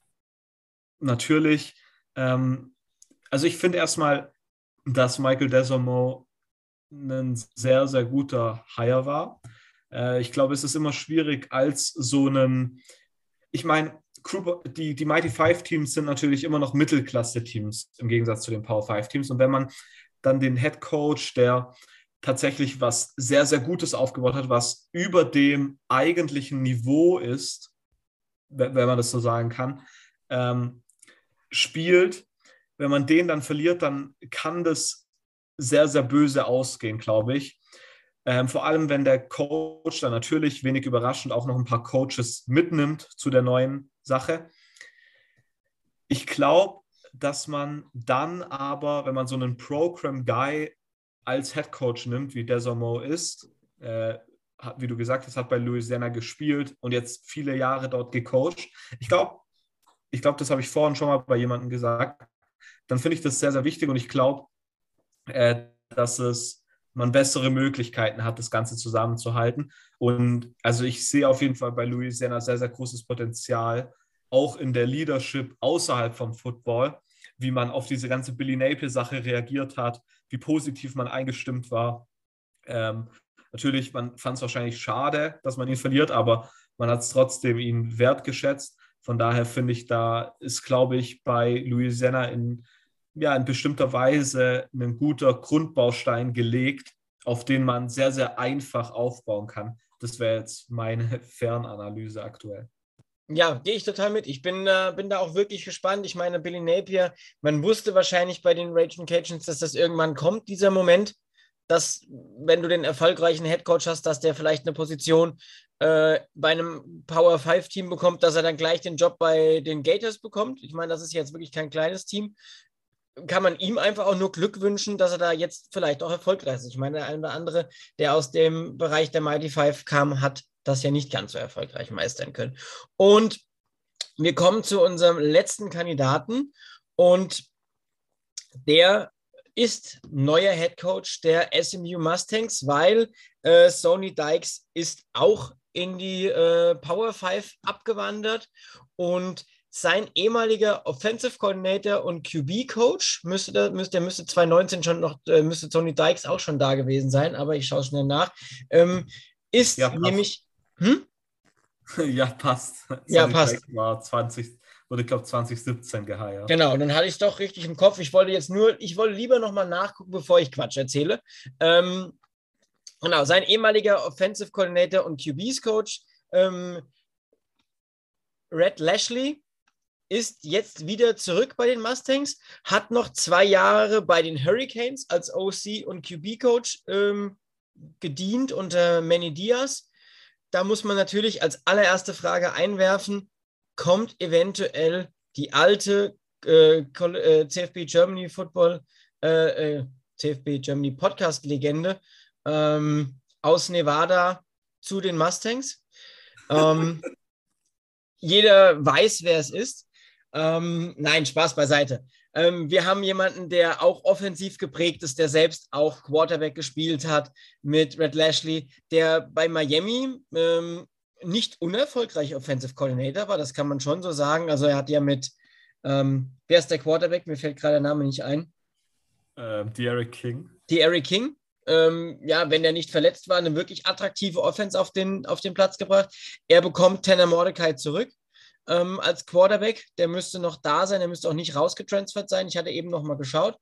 natürlich, ähm, also ich finde erstmal, dass Michael Desormeaux ein sehr, sehr guter Hire war. Äh, ich glaube, es ist immer schwierig als so einen, ich meine, die, die Mighty Five Teams sind natürlich immer noch Mittelklasse-Teams im Gegensatz zu den Power Five Teams. Und wenn man dann den Head Coach, der tatsächlich was sehr, sehr Gutes aufgebaut hat, was über dem eigentlichen Niveau ist, wenn man das so sagen kann, ähm, spielt, wenn man den dann verliert, dann kann das sehr, sehr böse ausgehen, glaube ich. Ähm, vor allem, wenn der Coach dann natürlich wenig überraschend auch noch ein paar Coaches mitnimmt zu der neuen Sache. Ich glaube, dass man dann aber, wenn man so einen Program-Guy als Head Coach nimmt, wie Desormeaux ist, äh, hat, wie du gesagt hast, hat bei Louisiana gespielt und jetzt viele Jahre dort gecoacht. Ich glaube, ich glaube, das habe ich vorhin schon mal bei jemandem gesagt. Dann finde ich das sehr, sehr wichtig und ich glaube, äh, dass es man bessere Möglichkeiten hat, das Ganze zusammenzuhalten. Und also ich sehe auf jeden Fall bei Louisiana sehr, sehr großes Potenzial, auch in der Leadership außerhalb vom Football, wie man auf diese ganze Billy Napier-Sache reagiert hat, wie positiv man eingestimmt war. Ähm, natürlich, man fand es wahrscheinlich schade, dass man ihn verliert, aber man hat es trotzdem ihn wertgeschätzt. Von daher finde ich, da ist, glaube ich, bei Louisiana in ja, in bestimmter Weise ein guter Grundbaustein gelegt, auf den man sehr, sehr einfach aufbauen kann. Das wäre jetzt meine Fernanalyse aktuell. Ja, gehe ich total mit. Ich bin, äh, bin da auch wirklich gespannt. Ich meine, Billy Napier, man wusste wahrscheinlich bei den Raging Cajuns, dass das irgendwann kommt, dieser Moment, dass, wenn du den erfolgreichen Headcoach hast, dass der vielleicht eine Position äh, bei einem Power Five Team bekommt, dass er dann gleich den Job bei den Gators bekommt. Ich meine, das ist jetzt wirklich kein kleines Team. Kann man ihm einfach auch nur Glück wünschen, dass er da jetzt vielleicht auch erfolgreich ist. Ich meine, der eine oder andere, der aus dem Bereich der Mighty Five kam, hat das ja nicht ganz so erfolgreich meistern können. Und wir kommen zu unserem letzten Kandidaten und der ist neuer Head Coach der S M U Mustangs, weil äh, Sonny Dykes ist auch in die äh, Power Five abgewandert und sein ehemaliger Offensive Coordinator und Q B-Coach, müsste, der müsste, müsste zwanzig neunzehn schon noch, äh, müsste Sonny Dykes auch schon da gewesen sein, aber ich schaue schnell nach, ähm, ist ja, nämlich... Hm? Ja, passt. Ja, Sonny passt. Dykes war zwanzig, wurde, ich glaube, zwanzig siebzehn geheiert. Genau, dann hatte ich es doch richtig im Kopf. Ich wollte jetzt nur, ich wollte lieber nochmal nachgucken, bevor ich Quatsch erzähle. Ähm, genau, sein ehemaliger Offensive Coordinator und Q Bs-Coach, ähm, Red Lashley, ist jetzt wieder zurück bei den Mustangs, hat noch zwei Jahre bei den Hurricanes als O C und Q B-Coach ähm, gedient unter Manny Diaz. Da muss man natürlich als allererste Frage einwerfen, kommt eventuell die alte äh, äh, C F B Germany Football, äh, äh, C F B Germany Podcast-Legende ähm, aus Nevada zu den Mustangs? Ähm, jeder weiß, wer es ist. Ähm, nein, Spaß beiseite. Ähm, wir haben jemanden, der auch offensiv geprägt ist, der selbst auch Quarterback gespielt hat mit Red Lashley, der bei Miami ähm, nicht unerfolgreich Offensive Coordinator war, das kann man schon so sagen. Also er hat ja mit, ähm, wer ist der Quarterback? Mir fällt gerade der Name nicht ein. Ähm, D'Eriq King. D'Eriq King. Ähm, ja, wenn er nicht verletzt war, eine wirklich attraktive Offense auf den, auf den Platz gebracht. Er bekommt Tanner Mordecai zurück. Ähm, als Quarterback, der müsste noch da sein, der müsste auch nicht rausgetransfert sein. Ich hatte eben noch mal geschaut.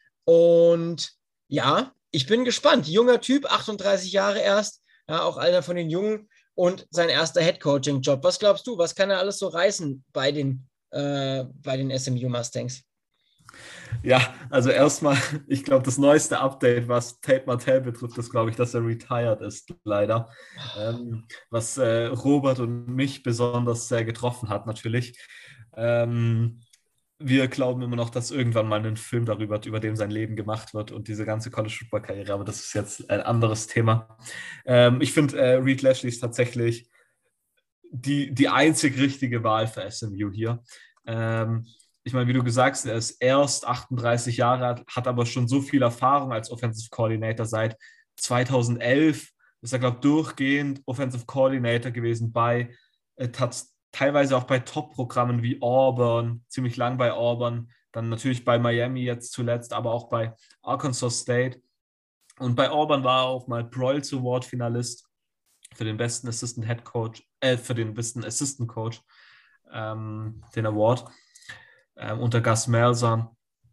Und ja, ich bin gespannt. Junger Typ, achtunddreißig Jahre erst, ja, auch einer von den Jungen und sein erster Head-Coaching-Job. Was glaubst du, was kann er alles so reißen bei den, äh, bei den S M U Mustangs? Ja, also erstmal, ich glaube, das neueste Update, was Tate Martell betrifft, ist, glaube ich, dass er retired ist, leider. Ähm, was äh, Robert und mich besonders sehr getroffen hat, natürlich. Ähm, wir glauben immer noch, dass irgendwann mal ein Film darüber, über dem sein Leben gemacht wird und diese ganze College-Football-Karriere, aber das ist jetzt ein anderes Thema. Ähm, ich finde, äh, Reed Lashley ist tatsächlich die, die einzig richtige Wahl für S M U hier. Ähm, ich meine, wie du gesagt hast, er ist erst achtunddreißig Jahre alt, hat aber schon so viel Erfahrung als Offensive Coordinator. Seit zweitausendelf ist er, glaube ich, durchgehend Offensive Coordinator gewesen bei, äh, teilweise auch bei Top-Programmen wie Auburn, ziemlich lang bei Auburn, dann natürlich bei Miami jetzt zuletzt, aber auch bei Arkansas State. Und bei Auburn war er auch mal Broyles Award-Finalist für den besten Assistant Head Coach, äh, für den besten Assistant Coach, ähm, den Award, ähm, unter Gus Malzahn.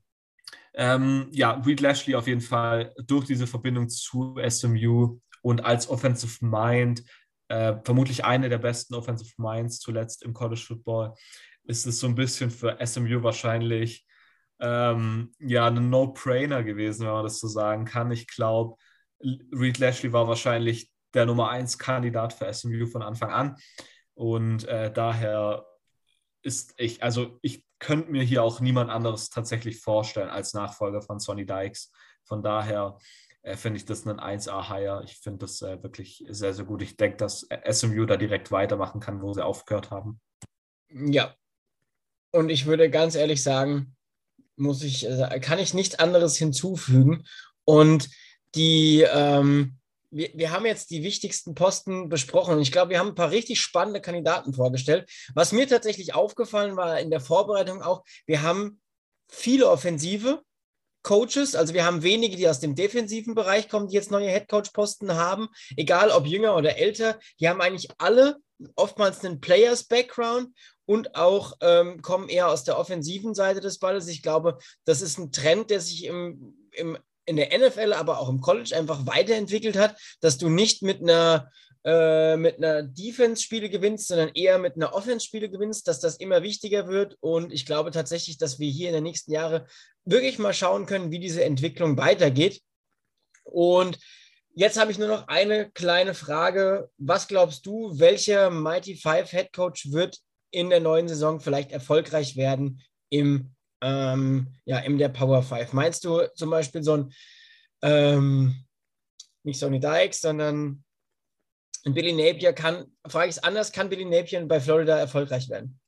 Ähm, ja, Reed Lashley auf jeden Fall durch diese Verbindung zu S M U und als Offensive Mind, äh, vermutlich eine der besten Offensive Minds zuletzt im College Football, ist es so ein bisschen für S M U wahrscheinlich ähm, ja ein No-Brainer gewesen, wenn man das so sagen kann. Ich glaube, Reed Lashley war wahrscheinlich der Nummer eins Kandidat für S M U von Anfang an und äh, daher ist ich, also ich könnte mir hier auch niemand anderes tatsächlich vorstellen als Nachfolger von Sonny Dykes. Von daher äh, finde ich das ein eins A-Hire. Ich finde das äh, wirklich sehr, sehr gut. Ich denke, dass S M U da direkt weitermachen kann, wo sie aufgehört haben. Ja, und ich würde ganz ehrlich sagen, muss ich, äh, kann ich nichts anderes hinzufügen. Und die, ähm, wir, wir haben jetzt die wichtigsten Posten besprochen. Und ich glaube, wir haben ein paar richtig spannende Kandidaten vorgestellt. Was mir tatsächlich aufgefallen war in der Vorbereitung auch, wir haben viele offensive Coaches, also wir haben wenige, die aus dem defensiven Bereich kommen, die jetzt neue Headcoach-Posten haben, egal ob jünger oder älter, die haben eigentlich alle oftmals einen Players-Background und auch ähm, kommen eher aus der offensiven Seite des Balles. Ich glaube, das ist ein Trend, der sich im, im, in der N F L, aber auch im College einfach weiterentwickelt hat, dass du nicht mit einer äh, mit einer Defense-Spiele gewinnst, sondern eher mit einer Offense-Spiele gewinnst, dass das immer wichtiger wird. Und ich glaube tatsächlich, dass wir hier in den nächsten Jahren wirklich mal schauen können, wie diese Entwicklung weitergeht. Und jetzt habe ich nur noch eine kleine Frage. Was glaubst du, welcher Mighty Five Head Coach wird in der neuen Saison vielleicht erfolgreich werden im, ähm, ja, in der Power Five? Meinst du zum Beispiel so ein, ähm, nicht Sonny Dykes, sondern Billy Napier kann, frage ich es anders, kann Billy Napier bei Florida erfolgreich werden?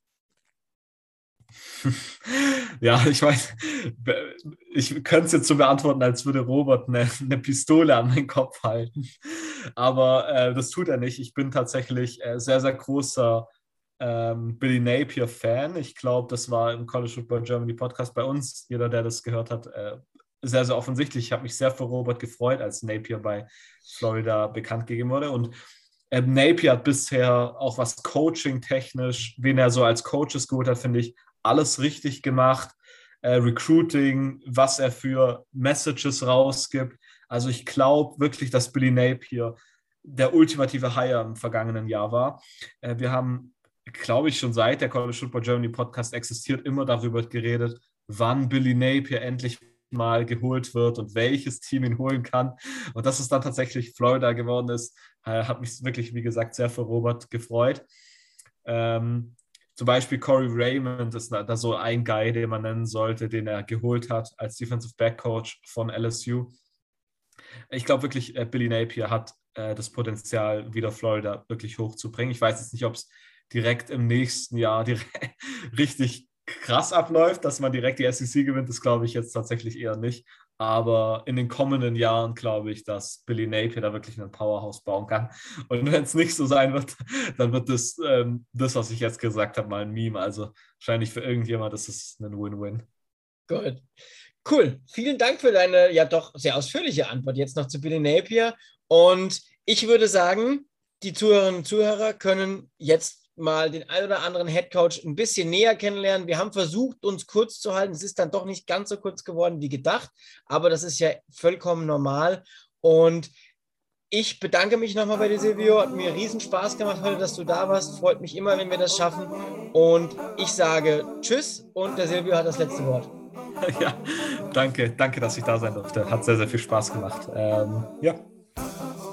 Ja, ich weiß, ich könnte es jetzt so beantworten, als würde Robert eine, eine Pistole an den Kopf halten. Aber äh, das tut er nicht. Ich bin tatsächlich äh, sehr, sehr großer ähm, Billy Napier-Fan. Ich glaube, das war im College Football Germany Podcast bei uns, jeder, der das gehört hat, äh, sehr, sehr offensichtlich. Ich habe mich sehr für Robert gefreut, als Napier bei Florida bekannt gegeben wurde. Und äh, Napier hat bisher auch was Coaching-technisch, wen er so als Coaches geholt hat, finde ich, alles richtig gemacht. Äh, Recruiting, was er für Messages rausgibt. Also ich glaube wirklich, dass Billy Napier der ultimative Hire im vergangenen Jahr war. Äh, wir haben, glaube ich, schon seit der College Football Germany Podcast existiert, immer darüber geredet, wann Billy Napier endlich mal geholt wird und welches Team ihn holen kann. Und dass es dann tatsächlich Florida geworden ist, äh, hat mich wirklich, wie gesagt, sehr für Robert gefreut. Ähm, Zum Beispiel Corey Raymond ist da so ein Guy, den man nennen sollte, den er geholt hat als Defensive Back Coach von L S U. Ich glaube wirklich, Billy Napier hat äh, das Potenzial, wieder Florida wirklich hochzubringen. Ich weiß jetzt nicht, ob es direkt im nächsten Jahr direkt richtig krass abläuft, dass man direkt die S E C gewinnt, das glaube ich jetzt tatsächlich eher nicht. Aber in den kommenden Jahren glaube ich, dass Billy Napier da wirklich ein Powerhouse bauen kann. Und wenn es nicht so sein wird, dann wird das, ähm, das, was ich jetzt gesagt habe, mal ein Meme. Also wahrscheinlich für irgendjemand ist es ein Win-Win. Gut. Cool. Vielen Dank für deine ja doch sehr ausführliche Antwort jetzt noch zu Billy Napier. Und ich würde sagen, die Zuhörerinnen und Zuhörer können jetzt mal den ein oder anderen Headcoach ein bisschen näher kennenlernen. Wir haben versucht, uns kurz zu halten. Es ist dann doch nicht ganz so kurz geworden wie gedacht, aber das ist ja vollkommen normal. Und ich bedanke mich nochmal bei dir, Silvio. Hat mir riesen Spaß gemacht heute, dass du da warst. Freut mich immer, wenn wir das schaffen. Und ich sage Tschüss und der Silvio hat das letzte Wort. Ja, danke, danke, dass ich da sein durfte. Hat sehr, sehr viel Spaß gemacht. Ähm, ja.